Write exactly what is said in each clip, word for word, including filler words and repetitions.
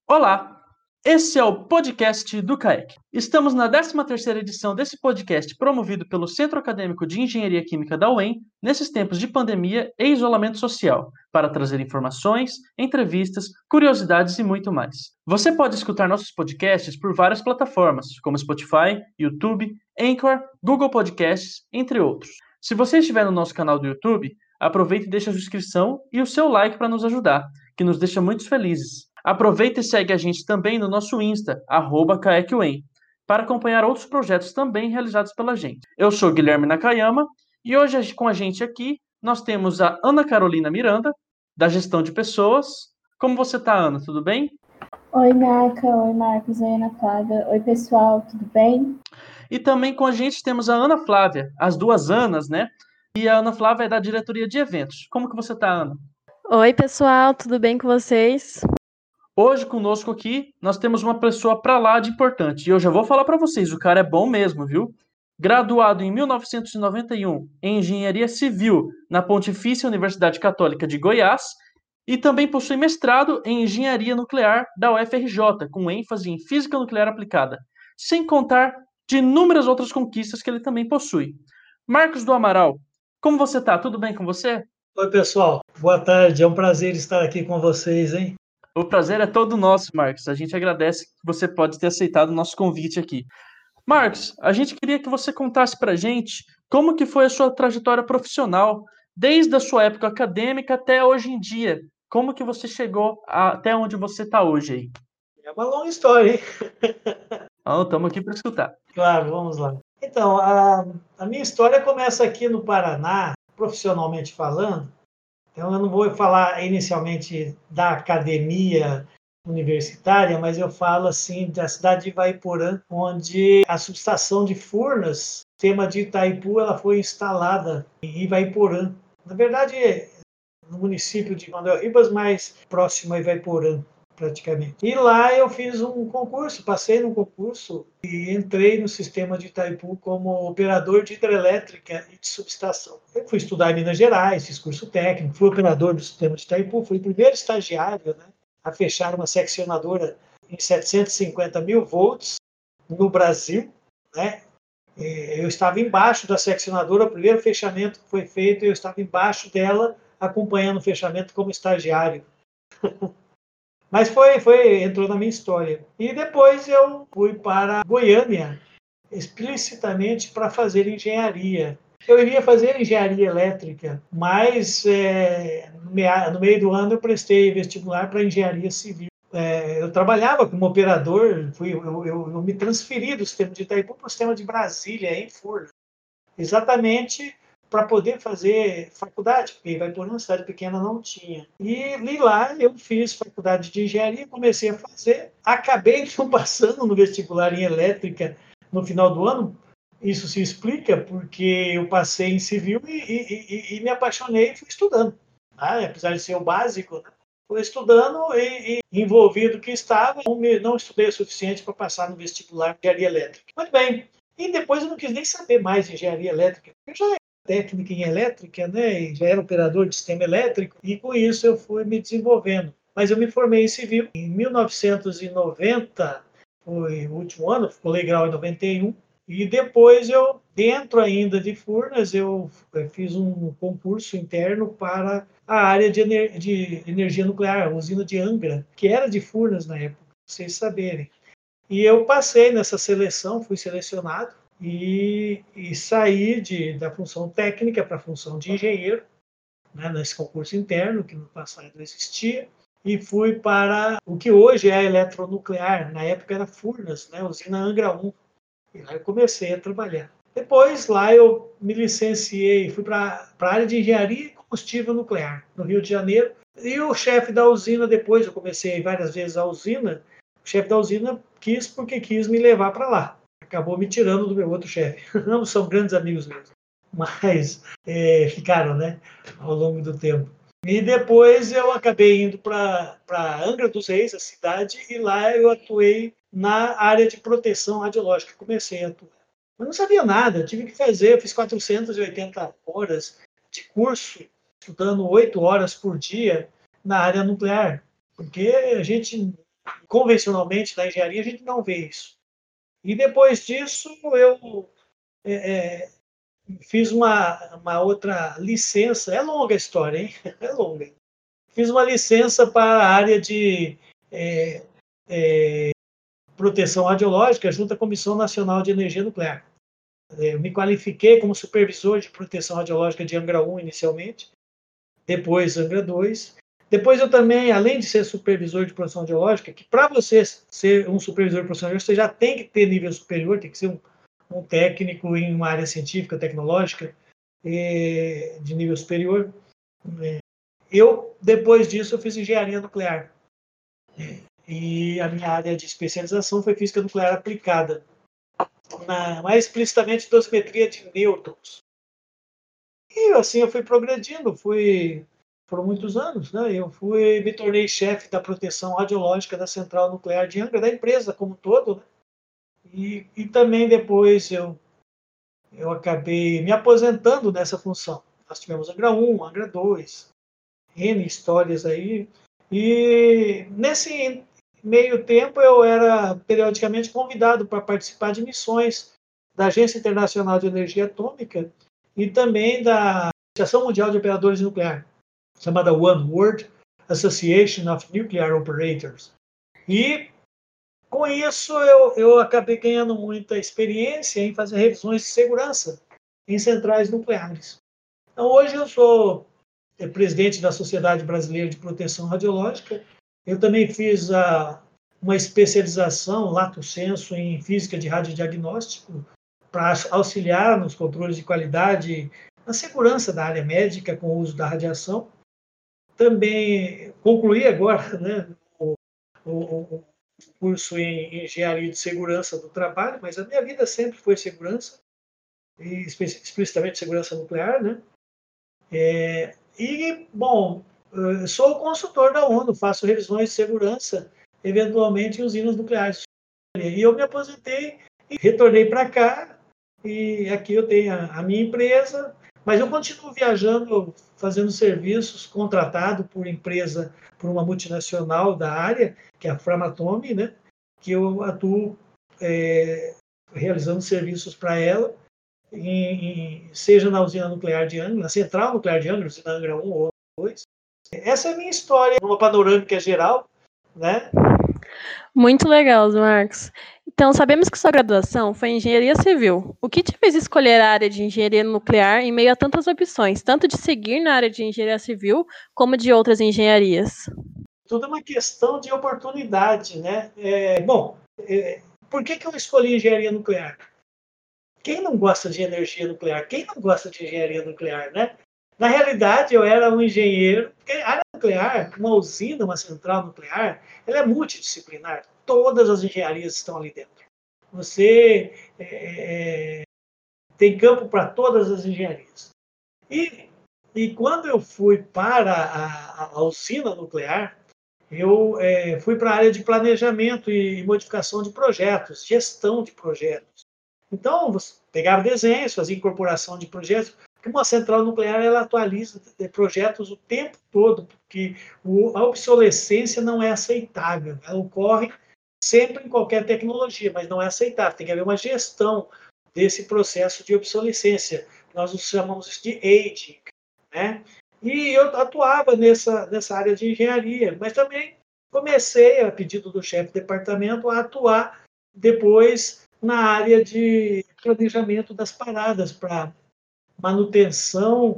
Olá, esse é o podcast do CAEC. Estamos na décima terceira edição desse podcast promovido pelo Centro Acadêmico de Engenharia Química da U E M, nesses tempos de pandemia e isolamento social, para trazer informações, entrevistas, curiosidades e muito mais. Você pode escutar nossos podcasts por várias plataformas, como Spotify, YouTube, Anchor, Google Podcasts, entre outros. Se você estiver no nosso canal do YouTube, aproveite e deixe a sua inscrição e o seu like para nos ajudar, que nos deixa muito felizes. Aproveita e segue a gente também no nosso Insta, arroba CaecUEM, para acompanhar outros projetos também realizados pela gente. Eu sou Guilherme Nakayama e hoje com a gente aqui nós temos a Ana Carolina Miranda, da Gestão de Pessoas. Como você está, Ana? Tudo bem? Oi, Naka. Oi, Marcos. Oi, Ana Flávia. Oi, pessoal. Tudo bem? E também com a gente temos a Ana Flávia, as duas Anas, né? E a Ana Flávia é da diretoria de eventos. Como que você está, Ana? Oi, pessoal. Tudo bem com vocês? Hoje conosco aqui nós temos uma pessoa para lá de importante. E eu já vou falar para vocês, o cara é bom mesmo, viu? Graduado em mil novecentos e noventa e um em Engenharia Civil na Pontifícia Universidade Católica de Goiás e também possui mestrado em Engenharia Nuclear da U F R J, com ênfase em Física Nuclear Aplicada, sem contar de inúmeras outras conquistas que ele também possui. Marcos do Amaral, como você tá? Tudo bem com você? Oi, pessoal. Boa tarde. É um prazer estar aqui com vocês, hein? O prazer é todo nosso, Marcos. A gente agradece que você pode ter aceitado o nosso convite aqui. Marcos, a gente queria que você contasse para a gente como que foi a sua trajetória profissional, desde a sua época acadêmica até hoje em dia. Como que você chegou a- até onde você está hoje aí? É uma longa história, hein? Então, estamos aqui para escutar. Claro, vamos lá. Então, a, a minha história começa aqui no Paraná, profissionalmente falando. Então, eu não vou falar inicialmente da academia universitária, mas eu falo, assim, da cidade de Ivaiporã, onde a subestação de Furnas, tema de Itaipu, ela foi instalada em Ivaiporã. Na verdade, no município de Manuel Ribas, mais próximo a Ivaiporã, praticamente. E lá eu fiz um concurso, passei no concurso e entrei no sistema de Itaipu como operador de hidrelétrica e de subestação. Eu fui estudar em Minas Gerais, fiz curso técnico, fui operador do sistema de Itaipu, fui o primeiro estagiário, né, a fechar uma seccionadora em setecentos e cinquenta mil volts no Brasil, né? Eu estava embaixo da seccionadora, o primeiro fechamento que foi feito, eu estava embaixo dela, acompanhando o fechamento como estagiário. Mas foi, foi, entrou na minha história. E depois eu fui para Goiânia, explicitamente para fazer engenharia. Eu iria fazer engenharia elétrica, mas é, no meio do ano eu prestei vestibular para engenharia civil. É, eu trabalhava como operador, fui, eu, eu, eu me transferi do sistema de Itaipu para o sistema de Brasília, em Furnas, exatamente para poder fazer faculdade, porque Ivaiporã, uma cidade pequena, não tinha. E lá eu fiz faculdade de engenharia, comecei a fazer, acabei não passando no vestibular em elétrica no final do ano. Isso se explica porque eu passei em civil e, e, e, e me apaixonei e fui estudando. Ah, apesar de ser o básico, né? Fui estudando e, e envolvido que estava, não, me, não estudei o suficiente para passar no vestibular de engenharia elétrica. Muito bem. E depois eu não quis nem saber mais de engenharia elétrica. Eu já era técnica em elétrica, né? Já era operador de sistema elétrico, e com isso eu fui me desenvolvendo. Mas eu me formei em civil em mil novecentos e noventa, foi o último ano, ficou legal em noventa e um. E depois eu, dentro ainda de Furnas, eu fiz um concurso interno para a área de, ener de energia nuclear, a usina de Angra, que era de Furnas na época, para vocês saberem. E eu passei nessa seleção, fui selecionado e, e saí de, da função técnica para a função de engenheiro, né, nesse concurso interno, que no passado existia, e fui para o que hoje é a eletronuclear, na época era Furnas, né, usina Angra um. E lá eu comecei a trabalhar. Depois, lá eu me licenciei, fui para a área de engenharia e combustível nuclear, no Rio de Janeiro. E o chefe da usina, depois eu comecei várias vezes a usina, o chefe da usina quis porque quis me levar para lá. Acabou me tirando do meu outro chefe. Não são grandes amigos mesmo, mas é, ficaram, né, ao longo do tempo. E depois eu acabei indo para Angra dos Reis, a cidade, e lá eu atuei na área de proteção radiológica. Comecei a atuar. Mas não sabia nada, eu tive que fazer, eu fiz quatrocentas e oitenta horas de curso, estudando oito horas por dia na área nuclear, porque a gente convencionalmente na engenharia a gente não vê isso. E depois disso eu é, é, fiz uma, uma outra licença, é longa a história, hein? É longa. Fiz uma licença para a área de é, é, proteção radiológica junto à Comissão Nacional de Energia Nuclear. Eu me qualifiquei como supervisor de proteção radiológica de Angra um inicialmente, depois Angra dois. Depois eu também, além de ser supervisor de proteção radiológica, que para você ser um supervisor de proteção radiológica, você já tem que ter nível superior, tem que ser um, um técnico em uma área científica, tecnológica, e, de nível superior. Eu, depois disso, eu fiz engenharia nuclear. E a minha área de especialização foi física nuclear aplicada, na, mais explicitamente dosimetria de nêutrons. E assim eu fui progredindo, fui, foram muitos anos, né? Eu fui, me tornei chefe da proteção radiológica da Central Nuclear de Angra, da empresa como um todo, né? E, e também depois eu, eu acabei me aposentando nessa função. Nós tivemos Angra um, Angra dois, N histórias aí. E nesse meio tempo eu era periodicamente convidado para participar de missões da Agência Internacional de Energia Atômica e também da Associação Mundial de Operadores Nucleares, chamada One World Association of Nuclear Operators. E com isso eu, eu acabei ganhando muita experiência em fazer revisões de segurança em centrais nucleares. Então hoje eu sou presidente da Sociedade Brasileira de Proteção Radiológica. Eu também fiz a, uma especialização, lato sensu, em física de radiodiagnóstico, para auxiliar nos controles de qualidade, na segurança da área médica com o uso da radiação. Também concluí agora, né, o, o, o curso em Engenharia de Segurança do Trabalho, mas a minha vida sempre foi segurança, e explicitamente segurança nuclear, né? É, e, bom, sou consultor da ONU, faço revisões de segurança, eventualmente em usinas nucleares. E eu me aposentei e retornei para cá, e aqui eu tenho a, a minha empresa, mas eu continuo viajando, fazendo serviços, contratado por empresa, por uma multinacional da área, que é a Framatome, né, que eu atuo é, realizando serviços para ela, Em, em, seja na usina nuclear de Angra, na central nuclear de Angra, usina Angra um ou dois. Essa é a minha história, uma panorâmica geral, né? Muito legal, Marcos. Então, sabemos que sua graduação foi em engenharia civil. O que te fez escolher a área de engenharia nuclear em meio a tantas opções, tanto de seguir na área de engenharia civil, como de outras engenharias? Tudo é uma questão de oportunidade, né? É, bom, é, por que, que eu escolhi engenharia nuclear? Quem não gosta de energia nuclear? Quem não gosta de engenharia nuclear, né? Na realidade, eu era um engenheiro, porque a área nuclear, uma usina, uma central nuclear, ela é multidisciplinar. Todas as engenharias estão ali dentro. Você é, tem campo para todas as engenharias. E, e quando eu fui para a, a usina nuclear, eu é, fui para a área de planejamento e modificação de projetos, gestão de projetos. Então, você pegava desenhos, fazia incorporação de projetos, porque uma central nuclear ela atualiza projetos o tempo todo, porque a obsolescência não é aceitável. Ela ocorre sempre em qualquer tecnologia, mas não é aceitável. Tem que haver uma gestão desse processo de obsolescência. Nós chamamos de aging, né? E eu atuava nessa, nessa área de engenharia, mas também comecei, a pedido do chefe de departamento, a atuar depois na área de planejamento das paradas para manutenção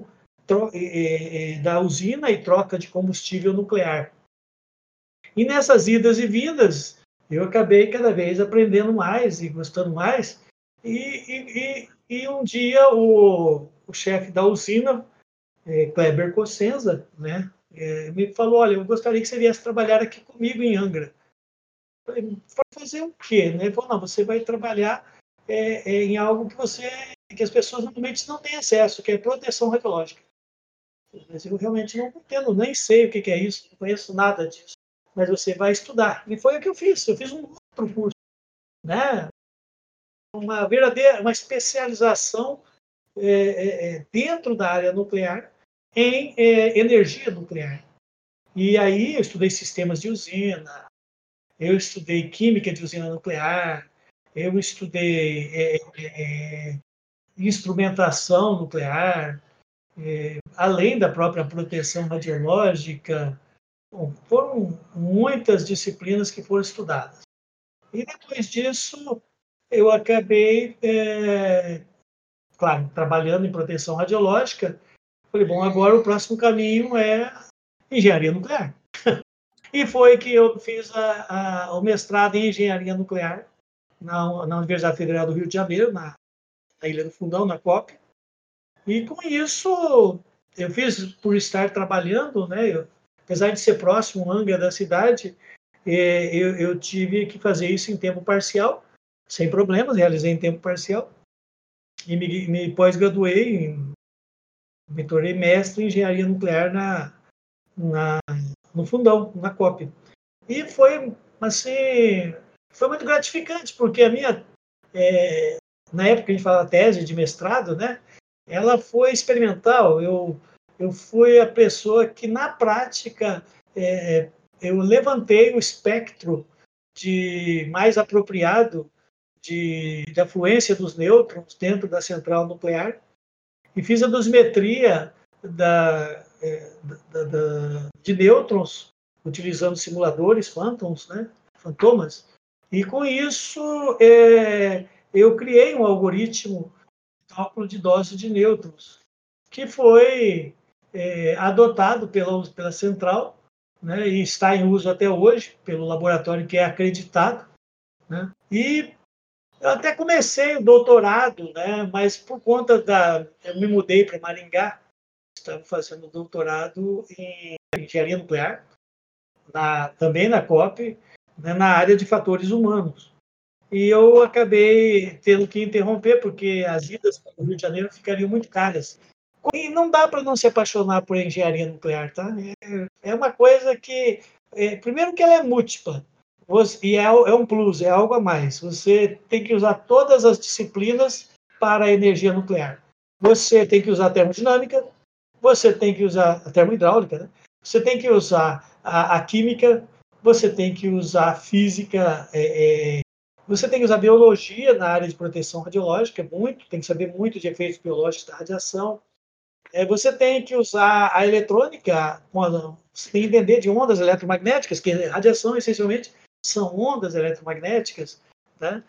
da usina e troca de combustível nuclear. E nessas idas e vindas, eu acabei cada vez aprendendo mais e gostando mais. E, e, e um dia o, o chefe da usina, é, Kleber Cossenza, né, é, me falou, olha, eu gostaria que você viesse trabalhar aqui comigo em Angra. Eu falei, para fazer o quê? Ele falou, não, você vai trabalhar é, é, em algo que você que as pessoas normalmente não têm acesso, que é proteção radiológica. Mas eu realmente não entendo, nem sei o que é isso, não conheço nada disso. Mas você vai estudar. E foi o que eu fiz. Eu fiz um outro curso, né? Uma verdadeira, uma especialização é, é, dentro da área nuclear em é, energia nuclear. E aí eu estudei sistemas de usina, eu estudei química de usina nuclear, eu estudei é, é, instrumentação nuclear, é, além da própria proteção radiológica. Bom, foram muitas disciplinas que foram estudadas. E depois disso, eu acabei, é, claro, trabalhando em proteção radiológica. Falei, bom, agora o próximo caminho é engenharia nuclear. E foi que eu fiz a, a, o mestrado em engenharia nuclear na, na Universidade Federal do Rio de Janeiro, na, na Ilha do Fundão, na C O P. E com isso, eu fiz por estar trabalhando, né? Eu, apesar de ser próximo, Anga, da cidade, eh, eu, eu tive que fazer isso em tempo parcial, sem problemas, realizei em tempo parcial. E me, me pós-graduei, me tornei mestre em engenharia nuclear na, na, no Fundão, na C O P. E foi, assim, foi muito gratificante, porque a minha, é, na época que a gente falava tese de mestrado, né, ela foi experimental. Eu, eu fui a pessoa que, na prática, é, eu levantei o espectro de mais apropriado de, de afluência dos nêutrons dentro da central nuclear e fiz a dosimetria da, é, da, da, de nêutrons utilizando simuladores, phantons, né, fantomas, e com isso é, eu criei um algoritmo de cálculo de dose de nêutrons, que foi é, adotado pela, pela central, né, e está em uso até hoje pelo laboratório que é acreditado, né, e eu até comecei o doutorado, né, mas por conta da... Eu me mudei para Maringá, estava fazendo doutorado em engenharia nuclear, na, também na C O P, né, na área de fatores humanos. E eu acabei tendo que interromper, porque as idas para o Rio de Janeiro ficariam muito caras. E não dá para não se apaixonar por engenharia nuclear, tá? É, é uma coisa que... É, primeiro que ela é múltipla, você, e é, é um plus, é algo a mais. Você tem que usar todas as disciplinas para a energia nuclear. Você tem que usar a termodinâmica, você tem que usar a termohidráulica, né? Você tem que usar a, a química, você tem que usar a física, é, é, você tem que usar biologia na área de proteção radiológica, muito, tem que saber muito de efeitos biológicos da radiação. É, você tem que usar a eletrônica, você tem que entender de ondas eletromagnéticas, que radiação, essencialmente, são ondas eletromagnéticas, né?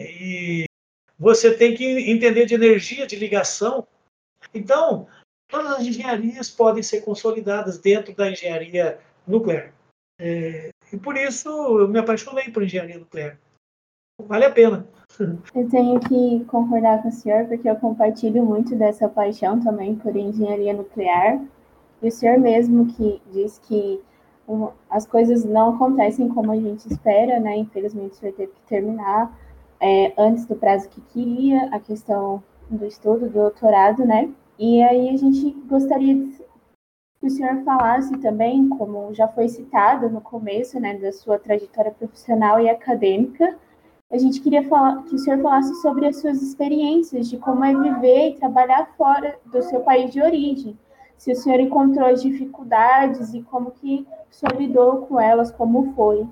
E você tem que entender de energia de ligação. Então, todas as engenharias podem ser consolidadas dentro da engenharia nuclear. É, e por isso eu me apaixonei por engenharia nuclear. Vale a pena. Eu tenho que concordar com o senhor, porque eu compartilho muito dessa paixão também por engenharia nuclear. E o senhor mesmo que diz que as coisas não acontecem como a gente espera, né? Infelizmente o senhor teve que terminar é, antes do prazo que queria, a questão do estudo, do doutorado, né? E aí a gente gostaria de, que o senhor falasse também, como já foi citado no começo, né, da sua trajetória profissional e acadêmica, a gente queria falar, que o senhor falasse sobre as suas experiências, de como é viver e trabalhar fora do seu país de origem. Se o senhor encontrou as dificuldades e como que o senhor lidou com elas, como foi.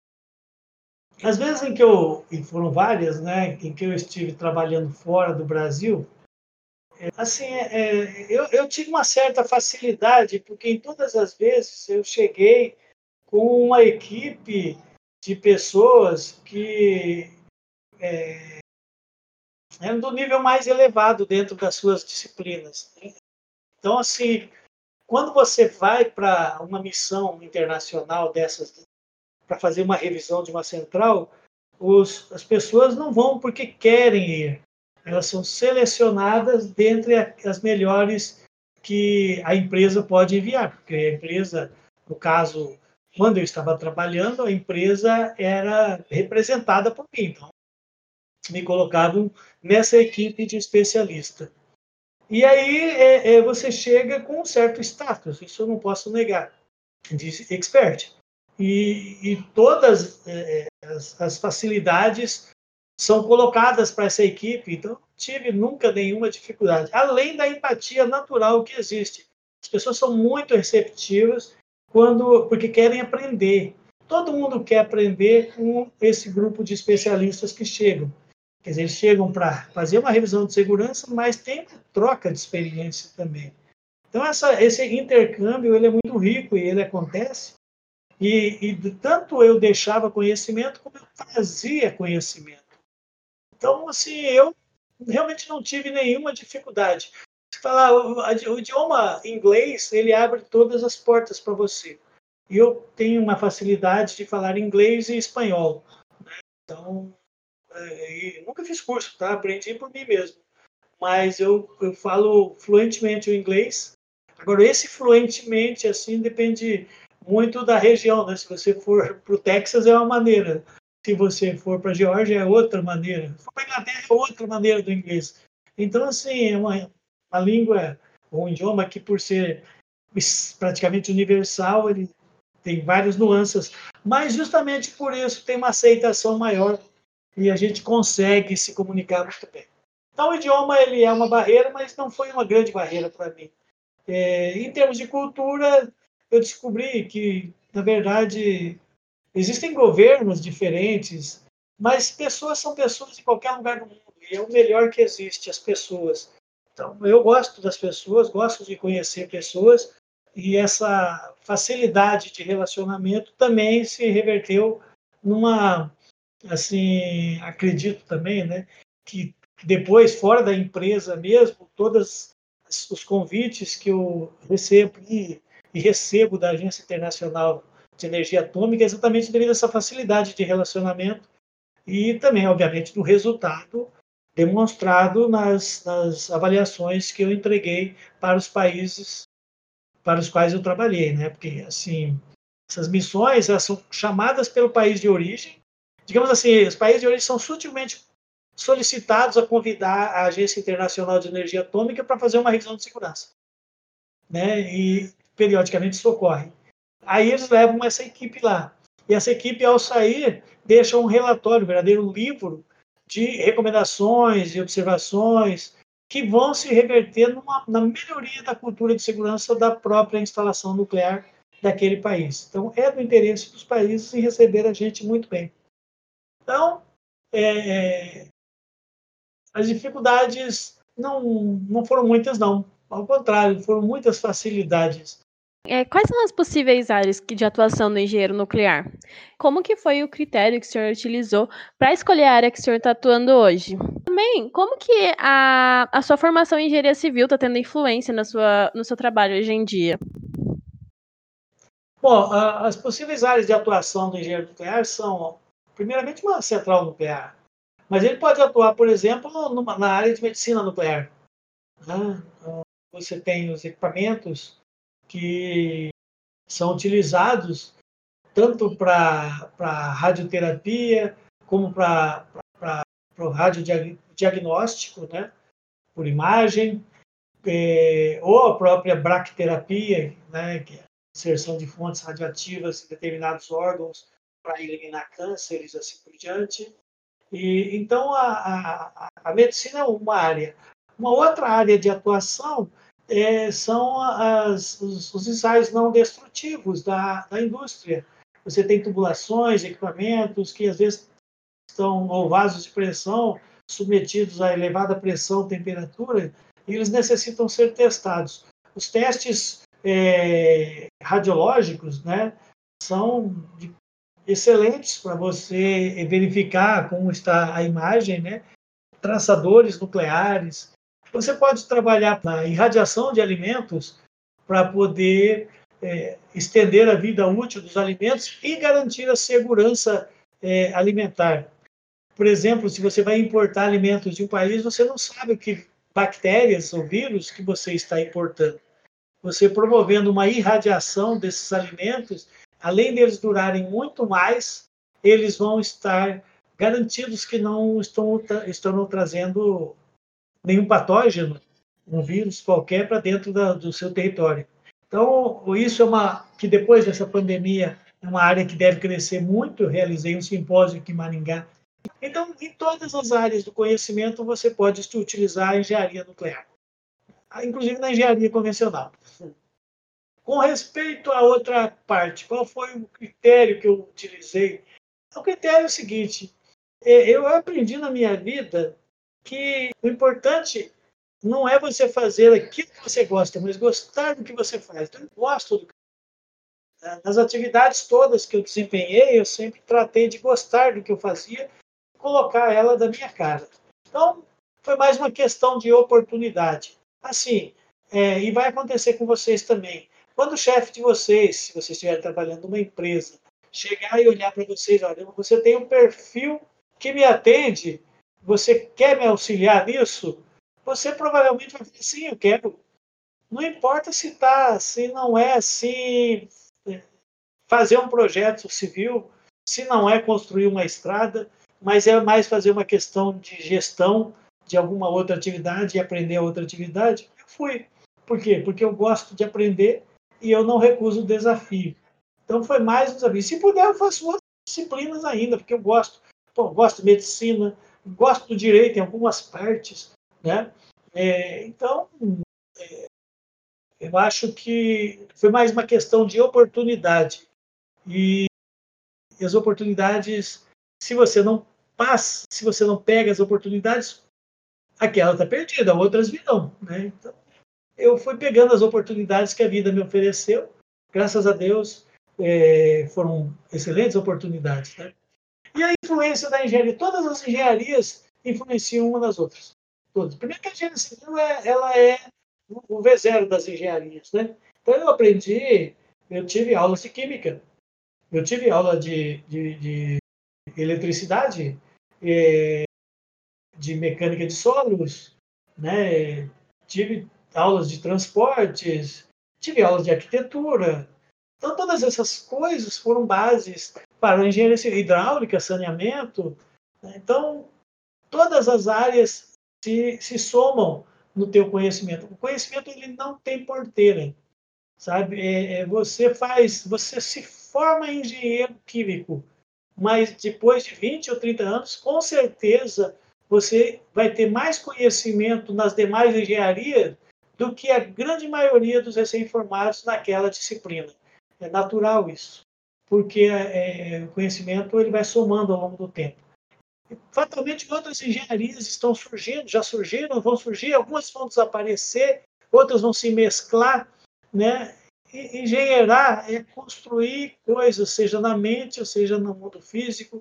Às vezes em que eu, e foram várias, né, em que eu estive trabalhando fora do Brasil, assim, é, eu, eu tive uma certa facilidade, porque em todas as vezes eu cheguei com uma equipe de pessoas que é, eram do nível mais elevado dentro das suas disciplinas, né? Então, assim, quando você vai para uma missão internacional dessas, para fazer uma revisão de uma central, os, as pessoas não vão porque querem ir. Elas são selecionadas dentre as melhores que a empresa pode enviar, porque a empresa, no caso, quando eu estava trabalhando, a empresa era representada por mim, então me colocavam nessa equipe de especialista. E aí é, é, você chega com um certo status, isso eu não posso negar, de expert. E, e todas é, as, as facilidades são colocadas para essa equipe, então não tive nunca nenhuma dificuldade, além da empatia natural que existe. As pessoas são muito receptivas quando, porque querem aprender. todo mundo quer aprender com esse grupo de especialistas que chegam. Quer dizer, eles chegam para fazer uma revisão de segurança, mas tem uma troca de experiência também. Então, essa, esse intercâmbio ele é muito rico e ele acontece. E, e tanto eu deixava conhecimento, como eu trazia conhecimento. Então, assim, eu realmente não tive nenhuma dificuldade. Se falar, o, o idioma inglês, ele abre todas as portas para você. E eu tenho uma facilidade de falar inglês e espanhol. Né? Então, é, nunca fiz curso, tá? Aprendi por mim mesmo. Mas eu, eu falo fluentemente o inglês. Agora, esse fluentemente, assim, depende muito da região, né? Se você for para o Texas, é uma maneira. Se você for para a Geórgia, é outra maneira. Se for para a Inglaterra, é outra maneira do inglês. Então, assim, é uma, uma língua, um idioma que, por ser praticamente universal, ele tem várias nuances. Mas, justamente por isso, tem uma aceitação maior e a gente consegue se comunicar muito bem. Então, o idioma ele é uma barreira, mas não foi uma grande barreira para mim. É, em termos de cultura, eu descobri que, na verdade, existem governos diferentes, mas pessoas são pessoas em qualquer lugar do mundo, e é o melhor que existe, as pessoas. Então, eu gosto das pessoas, gosto de conhecer pessoas, e essa facilidade de relacionamento também se reverteu numa, assim, acredito também, né, que depois, fora da empresa mesmo, todos os convites que eu recebo e, e recebo da Agência Internacional de Energia Atômica é exatamente devido a essa facilidade de relacionamento e também, obviamente, do resultado demonstrado nas, nas avaliações que eu entreguei para os países para os quais eu trabalhei, né? Porque, assim, essas missões elas são chamadas pelo país de origem. Digamos assim, os países de origem são sutilmente solicitados a convidar a Agência Internacional de Energia Atômica para fazer uma revisão de segurança, né? E periodicamente isso ocorre. Aí eles levam essa equipe lá. E essa equipe, ao sair, deixa um relatório, um verdadeiro livro de recomendações e observações que vão se reverter numa, na melhoria da cultura de segurança da própria instalação nuclear daquele país. Então, é do interesse dos países em receber a gente muito bem. Então, é, é, as dificuldades não, não foram muitas, não. Ao contrário, foram muitas facilidades. É, quais são as possíveis áreas que- de atuação do engenheiro nuclear? Como que foi o critério que o senhor utilizou para escolher a área que o senhor está atuando hoje? Também, como que a, a sua formação em engenharia civil está tendo influência na sua, no seu trabalho hoje em dia? Bom, a, as possíveis áreas de atuação do engenheiro nuclear são, primeiramente, uma central nuclear. Mas ele pode atuar, por exemplo, numa, na área de medicina nuclear. Né? Então, você tem os equipamentos que são utilizados tanto para radioterapia, como para o radiodiagnóstico, né? Por imagem, é, ou a própria braquiterapia, né? Que é a inserção de fontes radioativas em determinados órgãos para eliminar cânceres, assim por diante. E, então, a, a, a medicina é uma área. Uma outra área de atuação é, são as, os, os ensaios não destrutivos da, da indústria. Você tem tubulações, equipamentos que às vezes estão, ou vasos de pressão, submetidos a elevada pressão, temperatura, e eles necessitam ser testados. Os testes é, radiológicos, né, são de excelentes para você verificar como está a imagem, né? Traçadores nucleares. Você pode trabalhar na irradiação de alimentos para poder é, estender a vida útil dos alimentos e garantir a segurança é, alimentar. Por exemplo, se você vai importar alimentos de um país, você não sabe que bactérias ou vírus que você está importando. Você promovendo uma irradiação desses alimentos, além deles durarem muito mais, eles vão estar garantidos que não estão, estão trazendo nenhum patógeno, um vírus qualquer, para dentro da, do seu território. Então, isso é uma que depois dessa pandemia é uma área que deve crescer muito. Eu realizei um simpósio aqui em Maringá. Então, em todas as áreas do conhecimento, você pode utilizar a engenharia nuclear, inclusive na engenharia convencional. Com respeito à outra parte, qual foi o critério que eu utilizei? O critério é o seguinte, eu aprendi na minha vida que o importante não é você fazer aquilo que você gosta, mas gostar do que você faz. Então, eu gosto do que... Nas atividades todas que eu desempenhei, eu sempre tratei de gostar do que eu fazia e colocar ela da minha cara. Então, foi mais uma questão de oportunidade. Assim, é, e vai acontecer com vocês também. Quando o chefe de vocês, se vocês estiverem trabalhando numa empresa, chegar e olhar para vocês, olha, você tem um perfil que me atende, você quer me auxiliar nisso? Você provavelmente vai dizer, sim, eu quero. Não importa se tá, se não é assim, fazer um projeto civil, se não é construir uma estrada, mas é mais fazer uma questão de gestão de alguma outra atividade e aprender outra atividade. Eu fui. Por quê? Porque eu gosto de aprender e eu não recuso o desafio. Então foi mais um desafio. Se puder, eu faço outras disciplinas ainda, porque eu gosto. Pô, gosto de medicina, gosto do direito em algumas partes, né? É, então, é, eu acho que foi mais uma questão de oportunidade. E, e as oportunidades, se você não passa, se você não pega as oportunidades, aquela está perdida, outras virão, né? Então, eu fui pegando as oportunidades que a vida me ofereceu, graças a Deus, é, foram excelentes oportunidades, né? E a influência da engenharia, todas as engenharias influenciam uma nas outras. Todas. Primeiro que a engenharia civil é, ela é o V zero das engenharias, né? Então eu aprendi, eu tive aulas de química, eu tive aula de, de, de eletricidade, é, de mecânica de solos, né? Tive aulas de transportes, tive aulas de arquitetura. Então, todas essas coisas foram bases para a engenharia hidráulica, saneamento. Né? Então, todas as áreas se, se somam no teu conhecimento. O conhecimento ele não tem porteira, sabe? É, é, você faz, você se forma em engenheiro químico, mas depois de vinte ou trinta anos, com certeza você vai ter mais conhecimento nas demais engenharias do que a grande maioria dos recém-formados naquela disciplina. É natural isso, porque é, o conhecimento ele vai somando ao longo do tempo. E, fatalmente, outras engenharias estão surgindo, já surgiram, vão surgir, algumas vão desaparecer, outras vão se mesclar, né? E engenheirar é construir coisas, seja na mente, ou seja no mundo físico,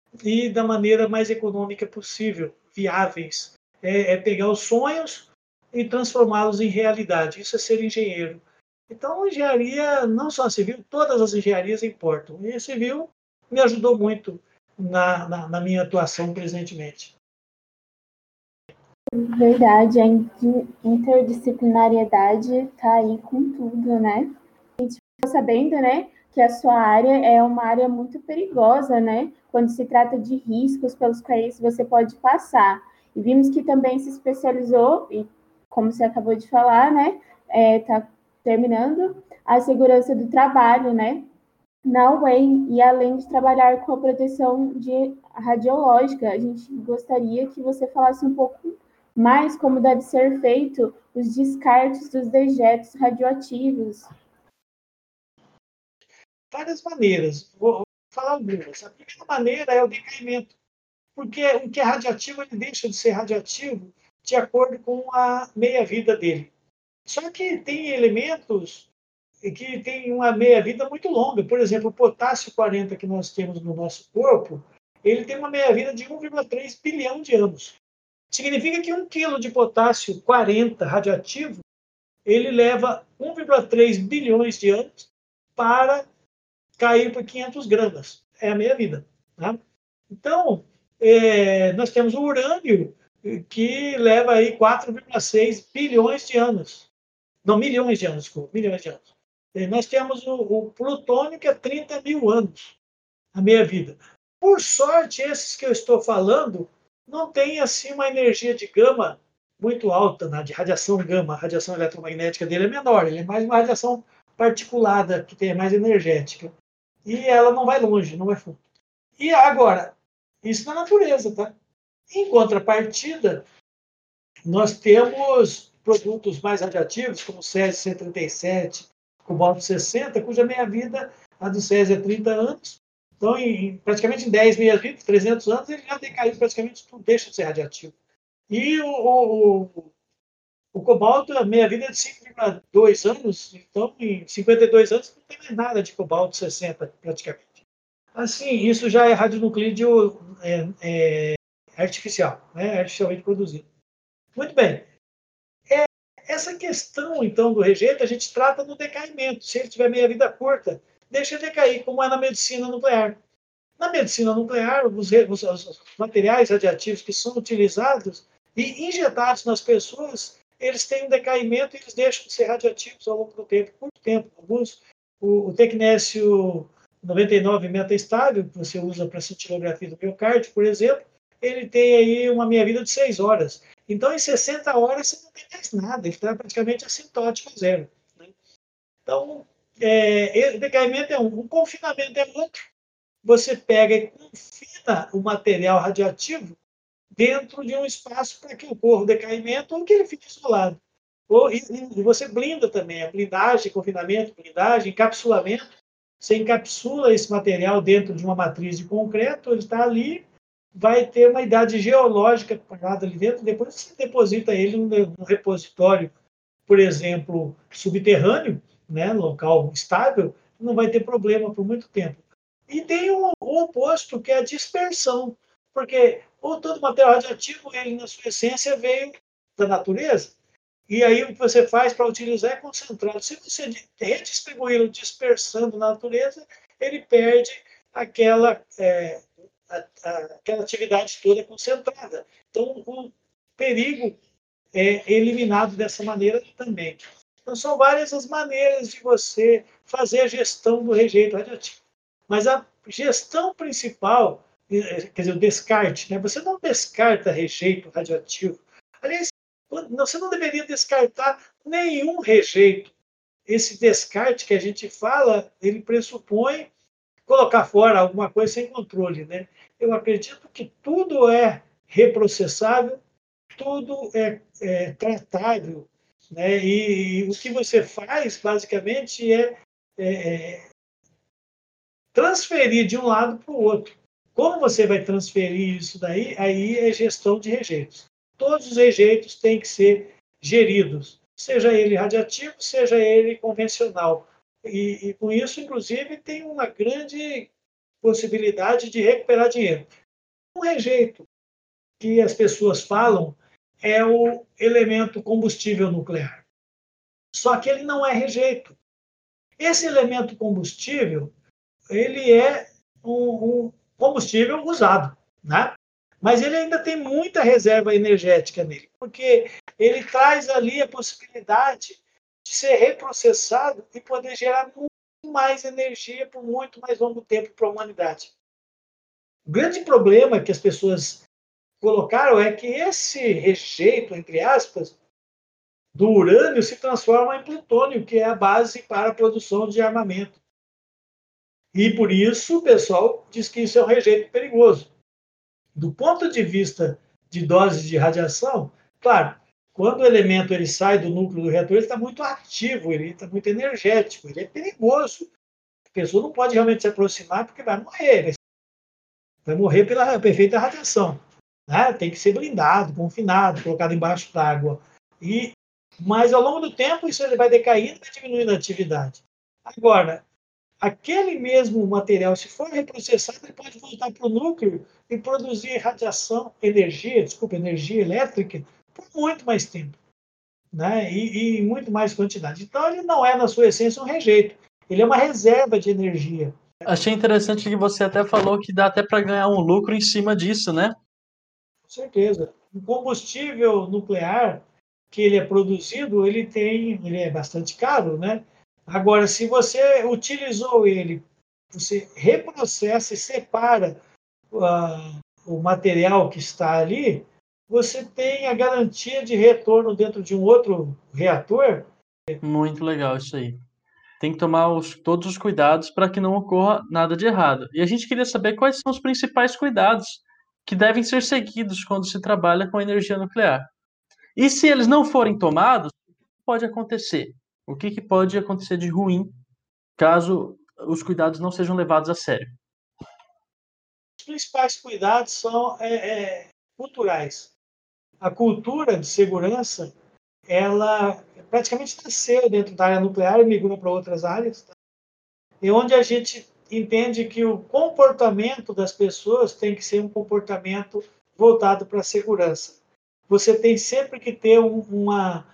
e da maneira mais econômica possível, viáveis. É, é pegar os sonhos e transformá-los em realidade. Isso é ser engenheiro. Então, a engenharia, não só a civil, todas as engenharias importam. E a civil me ajudou muito na, na, na minha atuação presentemente. Verdade, a interdisciplinariedade está aí com tudo, né? A gente ficou sabendo, né, que a sua área é uma área muito perigosa, né? Quando se trata de riscos pelos quais você pode passar. E vimos que também se especializou, e como você acabou de falar, né, está é, terminando a segurança do trabalho, né, na U E M, e além de trabalhar com a proteção de radiológica, a gente gostaria que você falasse um pouco mais como deve ser feito os descartes dos dejetos radioativos. Várias maneiras, vou falar algumas. A primeira maneira é o decaimento, porque o que é radioativo ele deixa de ser radioativo de acordo com a meia-vida dele. Só que tem elementos que têm uma meia-vida muito longa. Por exemplo, o potássio quarenta que nós temos no nosso corpo, ele tem uma meia-vida de um vírgula três bilhão de anos. Significa que um quilo de potássio quarenta radioativo, ele leva um vírgula três bilhões de anos para cair por quinhentos gramas. É a meia-vida. Tá? Então, é, nós temos o urânio, que leva aí quatro vírgula seis bilhões de anos. Não, milhões de anos, desculpa, milhões de anos. E nós temos o, o plutônio, que é trinta mil anos, a meia-vida. Por sorte, esses que eu estou falando não têm assim uma energia de gama muito alta, né? De radiação gama. A radiação eletromagnética dele é menor, ele é mais uma radiação particulada, que tem mais energética. E ela não vai longe, não vai fundo. E agora, isso na natureza, tá? Em contrapartida, nós temos produtos mais radioativos, como o césio cento e trinta e sete, cobalto sessenta, cuja meia-vida, a do Césio, é trinta anos. Então, em, praticamente em dez meia-vidas, trezentos anos, ele já decaiu praticamente tudo, deixa de ser radioativo. E o, o, o cobalto, a meia-vida é de cinco vírgula dois anos, então em cinquenta e dois anos não tem mais nada de cobalto sessenta, praticamente. Assim, isso já é radionuclídeo é, é, artificial, né? Artificialmente produzido. Muito bem. É, essa questão, então, do rejeito, a gente trata no decaimento. Se ele tiver meia-vida curta, deixa ele decair, como é na medicina nuclear. Na medicina nuclear, os, os, os materiais radioativos que são utilizados e injetados nas pessoas, eles têm um decaimento e eles deixam de ser radioativos ao longo do tempo, por tempo. Alguns, o, o tecnécio noventa e nove metaestável, que você usa para cintilografia do miocárdio, por exemplo, ele tem aí uma meia-vida de seis horas. Então, em sessenta horas, você não tem mais nada, ele está praticamente assintótico a zero. Né? Então, é, o decaimento é um, o confinamento é outro. Você pega e confina o material radioativo dentro de um espaço para que ocorra o decaimento ou que ele fique isolado. Ou, e, e você blinda também, a blindagem, confinamento, blindagem, encapsulamento. Você encapsula esse material dentro de uma matriz de concreto, ele está ali, vai ter uma idade geológica parada ali dentro, depois você deposita ele no repositório, por exemplo, subterrâneo, né, local estável, não vai ter problema por muito tempo. E tem o, o oposto, que é a dispersão, porque ou todo material radioativo, ele na sua essência veio da natureza, e aí o que você faz para utilizar é concentrado. Se você redistribuí-lo dispersando na natureza, ele perde aquela, é, a, a, aquela atividade toda concentrada. Então, o perigo é eliminado dessa maneira também. Então, são várias as maneiras de você fazer a gestão do rejeito radioativo. Mas a gestão principal, quer dizer, o descarte, né? Você não descarta rejeito radioativo. Aliás, você não deveria descartar nenhum rejeito. Esse descarte que a gente fala, ele pressupõe colocar fora alguma coisa sem controle, né? Eu acredito que tudo é reprocessável, tudo é, é tratável, né? E, e o que você faz, basicamente, é, é transferir de um lado para o outro. Como você vai transferir isso daí? Aí é gestão de rejeitos. Todos os rejeitos têm que ser geridos, seja ele radiativo, seja ele convencional. E, e com isso, inclusive, tem uma grande possibilidade de recuperar dinheiro. Um rejeito que as pessoas falam é o elemento combustível nuclear. Só que ele não é rejeito. Esse elemento combustível, ele é um, um combustível usado, né? Mas ele ainda tem muita reserva energética nele, porque ele traz ali a possibilidade de ser reprocessado e poder gerar muito mais energia por muito mais longo tempo para a humanidade. O grande problema que as pessoas colocaram é que esse rejeito, entre aspas, do urânio se transforma em plutônio, que é a base para a produção de armamento. E por isso o pessoal diz que isso é um rejeito perigoso. Do ponto de vista de doses de radiação, claro, quando o elemento ele sai do núcleo do reator, ele está muito ativo, ele está muito energético, ele é perigoso. A pessoa não pode realmente se aproximar porque vai morrer. Vai morrer pela perfeita radiação. Né? Tem que ser blindado, confinado, colocado embaixo d'água. E, mas ao longo do tempo, isso ele vai decaindo e vai diminuindo a atividade. Agora, aquele mesmo material, se for reprocessado, ele pode voltar para o núcleo e produzir radiação, energia, desculpa, energia elétrica, por muito mais tempo, né? E, e em muito mais quantidade. Então, ele não é, na sua essência, um rejeito. Ele é uma reserva de energia. Achei interessante que você até falou que dá até para ganhar um lucro em cima disso, né? Com certeza. O combustível nuclear que ele é produzido, ele tem, ele é bastante caro, né? Agora, se você utilizou ele, você reprocessa e separa uh, o material que está ali, você tem a garantia de retorno dentro de um outro reator. Muito legal isso aí. Tem que tomar os, todos os cuidados para que não ocorra nada de errado. E a gente queria saber quais são os principais cuidados que devem ser seguidos quando se trabalha com energia nuclear. E se eles não forem tomados, o que pode acontecer? O que, que pode acontecer de ruim caso os cuidados não sejam levados a sério? Os principais cuidados são é, é, culturais. A cultura de segurança, ela praticamente nasceu dentro da área nuclear e migrou para outras áreas, tá? E onde a gente entende que o comportamento das pessoas tem que ser um comportamento voltado para a segurança. Você tem sempre que ter um, uma,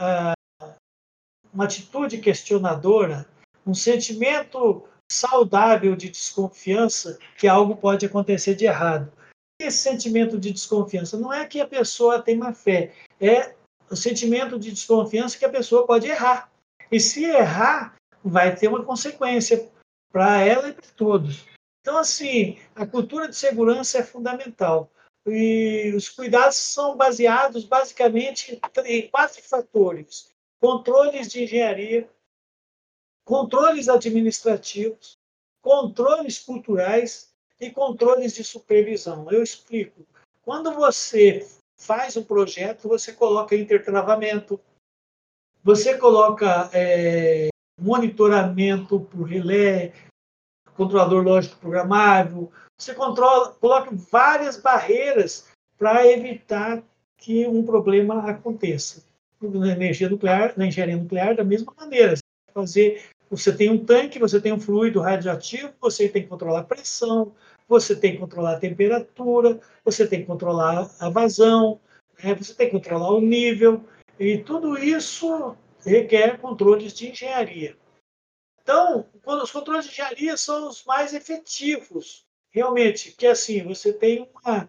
uma atitude questionadora, um sentimento saudável de desconfiança que algo pode acontecer de errado. Esse sentimento de desconfiança não é que a pessoa tem má fé, é o sentimento de desconfiança que a pessoa pode errar. E se errar, vai ter uma consequência para ela e para todos. Então, assim, a cultura de segurança é fundamental. E os cuidados são baseados, basicamente, em quatro fatores: controles de engenharia, controles administrativos, controles culturais e controles de supervisão. Eu explico. Quando você faz um projeto, você coloca intertravamento, você coloca é, monitoramento por relé, controlador lógico programável, você controla, coloca várias barreiras para evitar que um problema aconteça. Na energia nuclear, na engenharia nuclear, da mesma maneira. Você fazer, você tem um tanque, você tem um fluido radioativo, você tem que controlar a pressão, você tem que controlar a temperatura, você tem que controlar a vazão, né? Você tem que controlar o nível, e tudo isso requer controles de engenharia. Então, os controles de engenharia são os mais efetivos, realmente, que assim, você tem uma,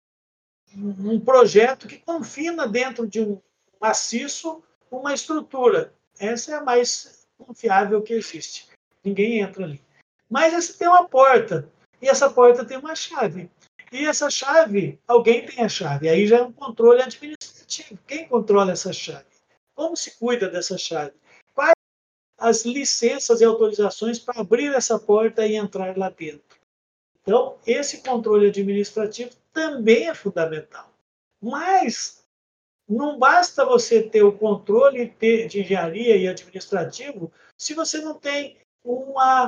um projeto que confina dentro de um maciço uma estrutura. Essa é a mais confiável que existe. Ninguém entra ali. Mas essa tem uma porta, e essa porta tem uma chave. E essa chave, alguém tem a chave. Aí já é um controle administrativo. Quem controla essa chave? Como se cuida dessa chave? Quais as licenças e autorizações para abrir essa porta e entrar lá dentro? Então, esse controle administrativo também é fundamental. Mas não basta você ter o controle de engenharia e administrativo se você não tem uma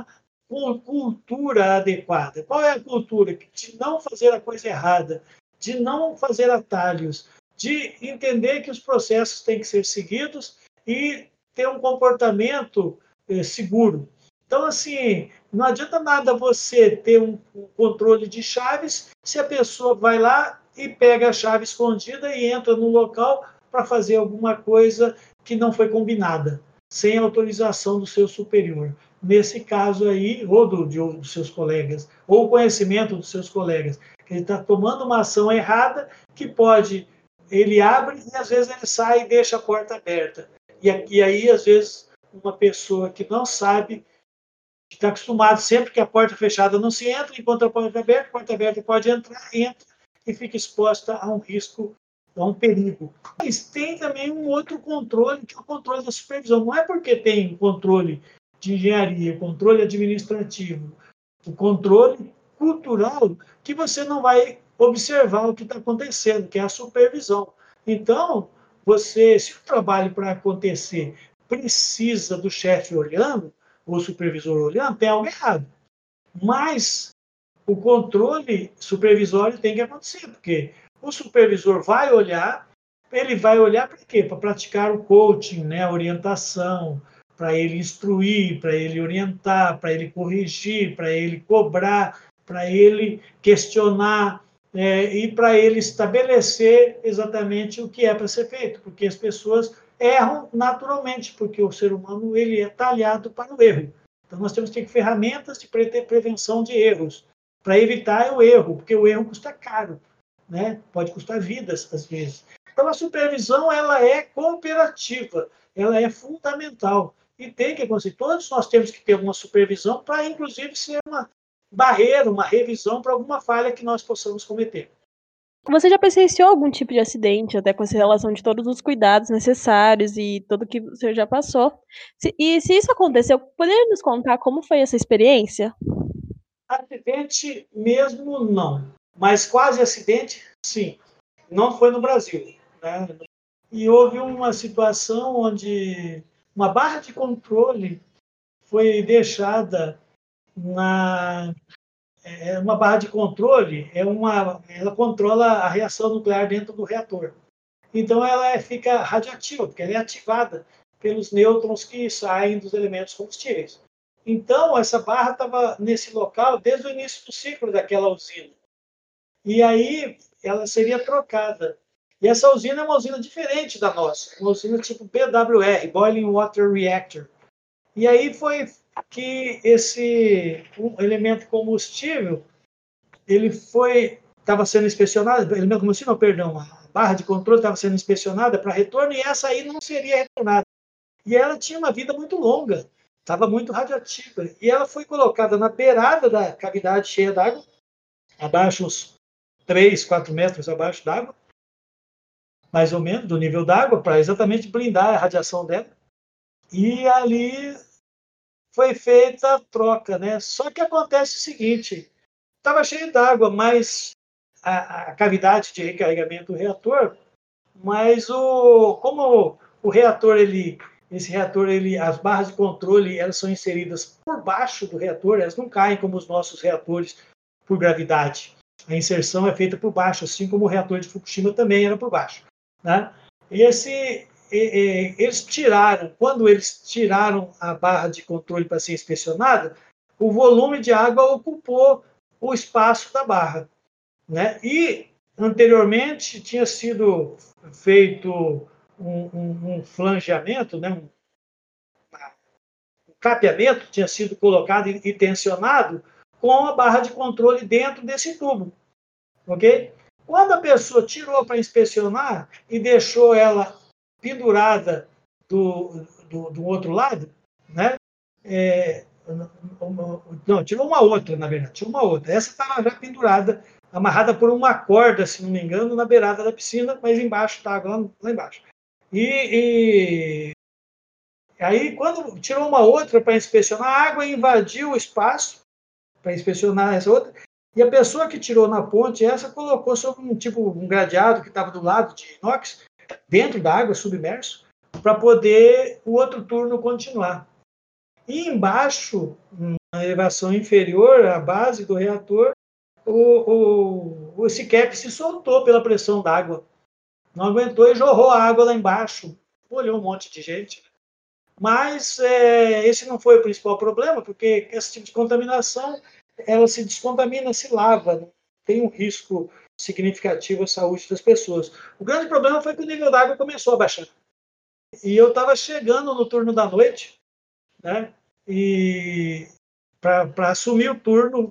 cultura adequada. Qual é a cultura? De não fazer a coisa errada, de não fazer atalhos, de entender que os processos têm que ser seguidos e ter um comportamento eh, seguro. Então, assim, não adianta nada você ter um controle de chaves se a pessoa vai lá e pega a chave escondida e entra no local para fazer alguma coisa que não foi combinada, sem autorização do seu superior. Nesse caso aí, ou do, de, dos seus colegas, ou conhecimento dos seus colegas. Ele está tomando uma ação errada que pode, ele abre e às vezes ele sai e deixa a porta aberta. E, e aí, às vezes, uma pessoa que não sabe, que está acostumado sempre que a porta fechada não se entra, enquanto a porta é aberta, a porta aberta pode entrar, entra e fica exposta a um risco, a um perigo. Mas tem também um outro controle, que é o controle da supervisão. Não é porque tem controle de engenharia, controle administrativo, o controle cultural, que você não vai observar o que está acontecendo, que é a supervisão. Então, você, se o trabalho para acontecer precisa do chefe olhando, ou supervisor olhando, tem algo errado. Mas o controle supervisório tem que acontecer, porque o supervisor vai olhar, ele vai olhar para quê? Para praticar o coaching, né, a orientação, para ele instruir, para ele orientar, para ele corrigir, para ele cobrar, para ele questionar, é, e para ele estabelecer exatamente o que é para ser feito, porque as pessoas erram naturalmente, porque o ser humano ele é talhado para o erro. Então nós temos que ter ferramentas de prevenção de erros, para evitar o erro, porque o erro custa caro, né? Pode custar vidas às vezes. Então a supervisão ela é cooperativa, ela é fundamental e tem que acontecer. Todos nós temos que ter uma supervisão para, inclusive, ser uma barreira, uma revisão para alguma falha que nós possamos cometer. Você já presenciou algum tipo de acidente, até com essa relação de todos os cuidados necessários e tudo que você já passou? Se, e se isso aconteceu, poderia nos contar como foi essa experiência? Acidente mesmo, não. Mas quase acidente, sim. Não foi no Brasil, né? E houve uma situação onde uma barra de controle foi deixada na... É uma barra de controle, é uma, ela controla a reação nuclear dentro do reator. Então, ela é, fica radioativa, porque ela é ativada pelos nêutrons que saem dos elementos combustíveis. Então, essa barra estava nesse local desde o início do ciclo daquela usina. E aí, ela seria trocada. E essa usina é uma usina diferente da nossa, uma usina tipo B W R, Boiling Water Reactor. E aí foi que esse um elemento combustível, ele foi, estava sendo inspecionado, elemento combustível, não, perdão, a barra de controle estava sendo inspecionada para retorno e essa aí não seria retornada. E ela tinha uma vida muito longa, estava muito radioativa. E ela foi colocada na beirada da cavidade cheia d'água, abaixo uns três, quatro metros abaixo d'água, mais ou menos, do nível d'água, para exatamente blindar a radiação dela. E ali foi feita a troca, né? Só que acontece o seguinte, estava cheio d'água, mas a, a cavidade de recarregamento do reator, mas o, como o reator, ele, esse reator, ele, as barras de controle, elas são inseridas por baixo do reator, elas não caem como os nossos reatores por gravidade. A inserção é feita por baixo, assim como o reator de Fukushima também era por baixo, né? Esse, eles tiraram, quando eles tiraram a barra de controle para ser inspecionada, o volume de água ocupou o espaço da barra, né? E anteriormente tinha sido feito um, um, um flangeamento, né? um, um capeamento, tinha sido colocado e, e tensionado com a barra de controle dentro desse tubo, ok? Quando a pessoa tirou para inspecionar e deixou ela pendurada do, do, do outro lado, né? É, não, tirou uma outra, na verdade, tirou uma outra. Essa estava já pendurada, amarrada por uma corda, se não me engano, na beirada da piscina, mas embaixo está água, lá, lá embaixo. E, e aí, quando tirou uma outra para inspecionar, a água invadiu o espaço para inspecionar essa outra, e a pessoa que tirou na ponte, essa colocou sobre um tipo um gradeado que estava do lado de inox, dentro da água, submerso, para poder o outro turno continuar. E embaixo, na elevação inferior, à base do reator, o, o, esse cap se soltou pela pressão d'água. Não aguentou e jorrou a água lá embaixo. Molhou um monte de gente. Mas é, esse não foi o principal problema, porque esse tipo de contaminação, ela se descontamina, se lava, não tem um risco significativo à saúde das pessoas. O grande problema foi que o nível d'água começou a baixar. E eu estava chegando no turno da noite, né? E para assumir o turno,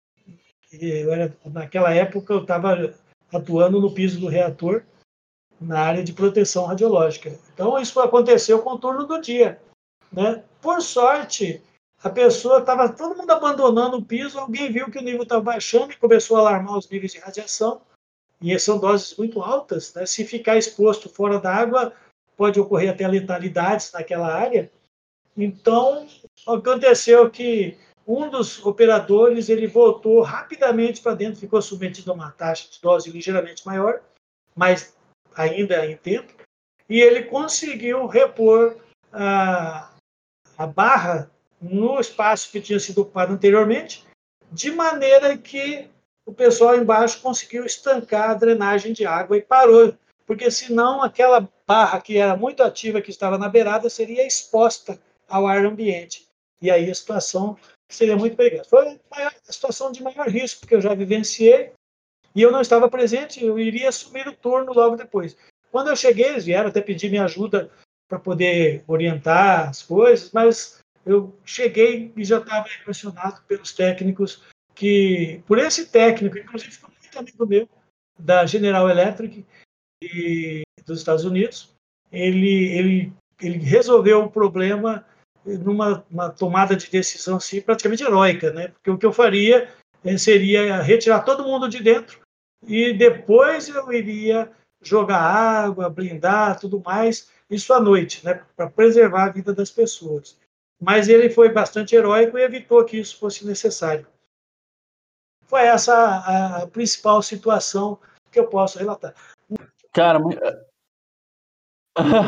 eu era, naquela época eu estava atuando no piso do reator, na área de proteção radiológica. Então isso aconteceu com o turno do dia, né? Por sorte, a pessoa estava todo mundo abandonando o piso, alguém viu que o nível estava baixando e começou a alarmar os níveis de radiação, e são doses muito altas, né? Se ficar exposto fora da água, pode ocorrer até letalidades naquela área. Então, aconteceu que um dos operadores ele voltou rapidamente para dentro, ficou submetido a uma taxa de dose ligeiramente maior, mas ainda em tempo, e ele conseguiu repor a, a barra no espaço que tinha sido ocupado anteriormente, de maneira que o pessoal embaixo conseguiu estancar a drenagem de água e parou, porque senão aquela barra que era muito ativa, que estava na beirada, seria exposta ao ar ambiente. E aí a situação seria muito perigosa. Foi a situação de maior risco que eu já vivenciei, e eu não estava presente, eu iria assumir o turno logo depois. Quando eu cheguei, eles vieram até pedir minha ajuda para poder orientar as coisas, mas eu cheguei e já estava impressionado pelos técnicos, que, por esse técnico, inclusive foi muito amigo meu, da General Electric e, dos Estados Unidos, ele, ele, ele resolveu o problema numa uma tomada de decisão assim, praticamente heróica, né? Porque o que eu faria seria retirar todo mundo de dentro e depois eu iria jogar água, blindar, tudo mais, isso à noite, né? Para preservar a vida das pessoas. Mas ele foi bastante heróico e evitou que isso fosse necessário. Foi essa a, a principal situação que eu posso relatar. Cara,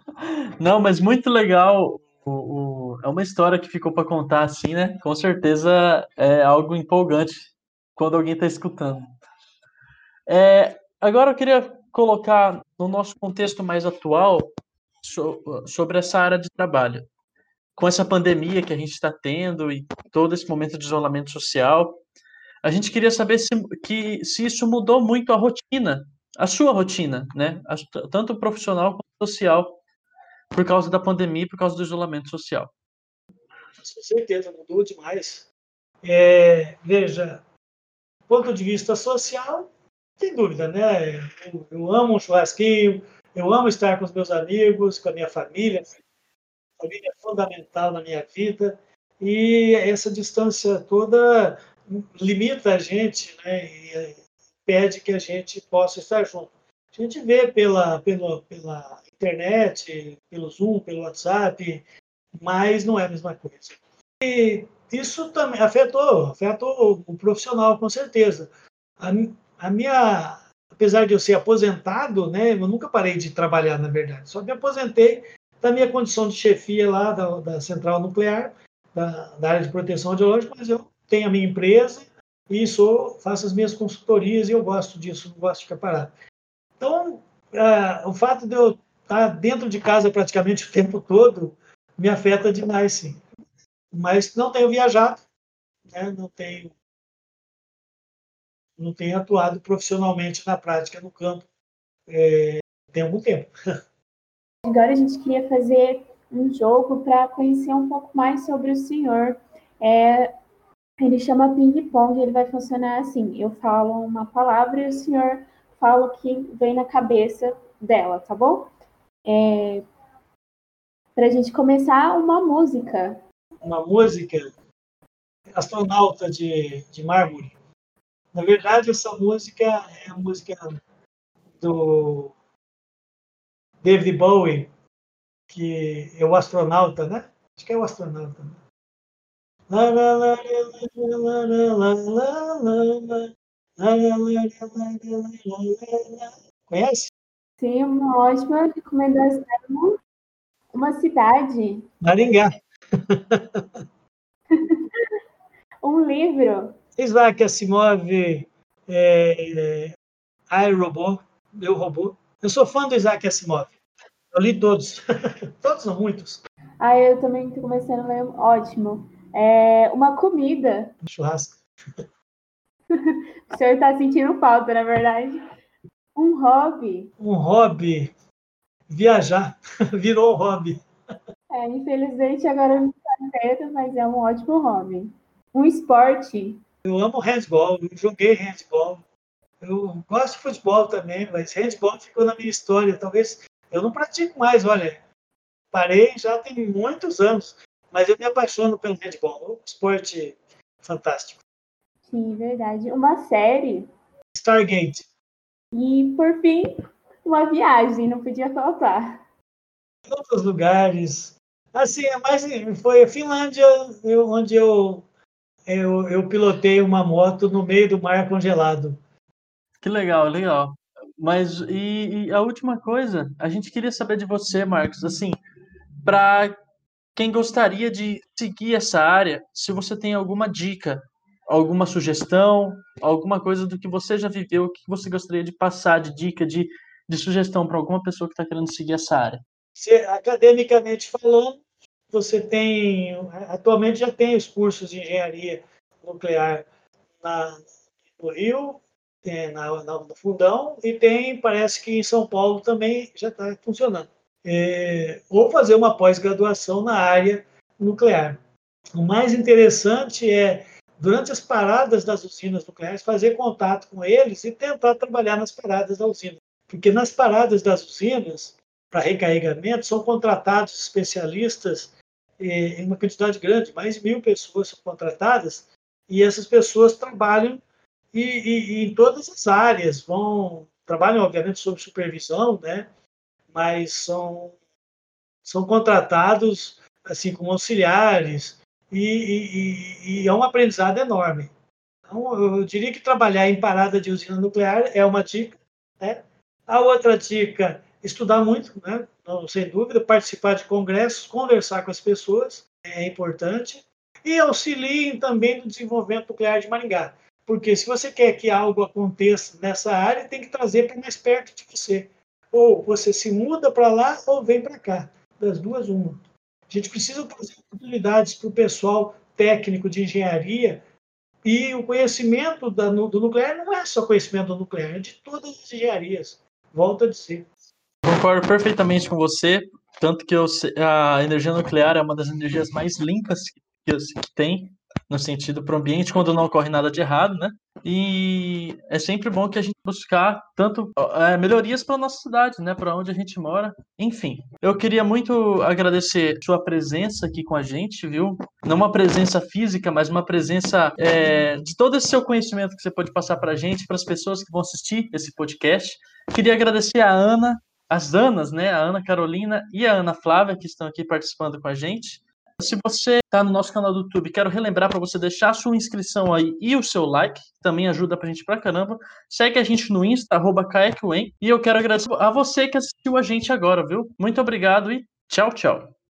Não, mas muito legal. O, o- é uma história que ficou para contar assim, né? Com certeza é algo empolgante quando alguém está escutando. É, agora eu queria colocar no nosso contexto mais atual so- sobre essa área de trabalho. Com essa pandemia que a gente está tendo e todo esse momento de isolamento social, a gente queria saber se, que, se isso mudou muito a rotina, a sua rotina, né? A- Tanto profissional quanto social, por causa da pandemia e por causa do isolamento social. Com certeza, mudou demais. É, veja, do ponto de vista social, sem dúvida, né? Eu, eu amo um churrasquinho, eu amo estar com os meus amigos, com a minha família. A família é fundamental na minha vida. E essa distância toda limita a gente, né? E impede que a gente possa estar junto. A gente vê pela, pela, pela internet, pelo Zoom, pelo WhatsApp, mas não é a mesma coisa. E isso também afetou, afetou o profissional, com certeza. A, a minha, apesar de eu ser aposentado, né, eu nunca parei de trabalhar, na verdade, só me aposentei da minha condição de chefia lá da, da central nuclear, da, da área de proteção radiológica, mas eu tenho a minha empresa e sou, faço as minhas consultorias e eu gosto disso, não gosto de ficar parado. Então, ah, o fato de eu estar dentro de casa praticamente o tempo todo me afeta demais, sim. Mas não tenho viajado, né? não, tenho, não tenho atuado profissionalmente na prática no campo é, tem algum tempo. Agora a gente queria fazer um jogo para conhecer um pouco mais sobre o senhor. É, ele chama ping-pong, ele vai funcionar assim: eu falo uma palavra e o senhor fala o que vem na cabeça dela, tá bom? É, para a gente começar, uma música. Uma música, Astronauta de, de Mármore. Na verdade, essa música é a música do David Bowie, que é o astronauta, né? Acho que é o astronauta. Né? Lá, lá, lá, lá, lá, lá, lá, lá, lá. Conhece? Sim, uma ótima recomendação. Uma cidade, Maringá. um livro. Isaac Asimov, é, I, Robot, Eu, Robô. Eu sou fã do Isaac Asimov. Eu li todos. Todos são muitos. Ah, eu também estou começando a ler. Ótimo. É, uma comida. Churrasco. O senhor está sentindo falta, na verdade. Um hobby. Um hobby. Viajar. Virou um hobby. É, infelizmente agora não está certo, mas é um ótimo hobby. Um esporte. Eu amo handball. Eu joguei handball. Eu gosto de futebol também, mas handball ficou na minha história. Talvez eu não pratico mais, olha. Parei já tem muitos anos, mas eu me apaixono pelo handball. Um esporte fantástico. Sim, verdade. Uma série. Stargate. E, por fim, uma viagem. Não podia faltar. Em outros lugares. Assim, é mais, foi a Finlândia, eu, onde eu, eu, eu pilotei uma moto no meio do mar congelado. Que legal, legal. Mas e, e a última coisa, a gente queria saber de você, Marcos, assim, para quem gostaria de seguir essa área, se você tem alguma dica, alguma sugestão, alguma coisa do que você já viveu, o que você gostaria de passar de dica, de, de sugestão para alguma pessoa que está querendo seguir essa área. Se, academicamente falando, você tem, atualmente já tem os cursos de engenharia nuclear na, no Rio, tem na, na, no Fundão, e tem, parece que em São Paulo também já está funcionando. É, ou fazer uma pós-graduação na área nuclear. O mais interessante é, durante as paradas das usinas nucleares, fazer contato com eles e tentar trabalhar nas paradas da usina. Porque nas paradas das usinas, para recarregamento, são contratados especialistas em uma quantidade grande, mais de mil pessoas são contratadas, e essas pessoas trabalham e, e, e em todas as áreas, vão trabalham, obviamente, sob supervisão, né? Mas são, são contratados assim como auxiliares, e, e, e é um aprendizado enorme. Então, eu diria que trabalhar em parada de usina nuclear é uma dica. Né? A outra dica estudar muito, né? Não, sem dúvida, participar de congressos, conversar com as pessoas é importante, e auxiliem também no desenvolvimento nuclear de Maringá. Porque se você quer que algo aconteça nessa área, tem que trazer para mais perto de você. Ou você se muda para lá ou vem para cá. Das duas, uma. A gente precisa trazer oportunidades para o pessoal técnico de engenharia, e o conhecimento da, do nuclear não é só conhecimento do nuclear, é de todas as engenharias. Volto a dizer. Concordo perfeitamente com você, tanto que eu, a energia nuclear é uma das energias mais limpas que, que tem, no sentido para o ambiente, quando não ocorre nada de errado, né? E é sempre bom que a gente buscar tanto é, melhorias para a nossa cidade, né? Para onde a gente mora. Enfim, eu queria muito agradecer sua presença aqui com a gente, viu? Não uma presença física, mas uma presença é, de todo esse seu conhecimento que você pode passar para a gente, para as pessoas que vão assistir esse podcast. Queria agradecer a Ana, as Anas, né? A Ana Carolina e a Ana Flávia, que estão aqui participando com a gente. Se você está no nosso canal do YouTube, quero relembrar para você deixar a sua inscrição aí e o seu like, que também ajuda pra gente pra caramba. Segue a gente no Insta, arroba kaekwem, e eu quero agradecer a você que assistiu a gente agora, viu? Muito obrigado e tchau, tchau.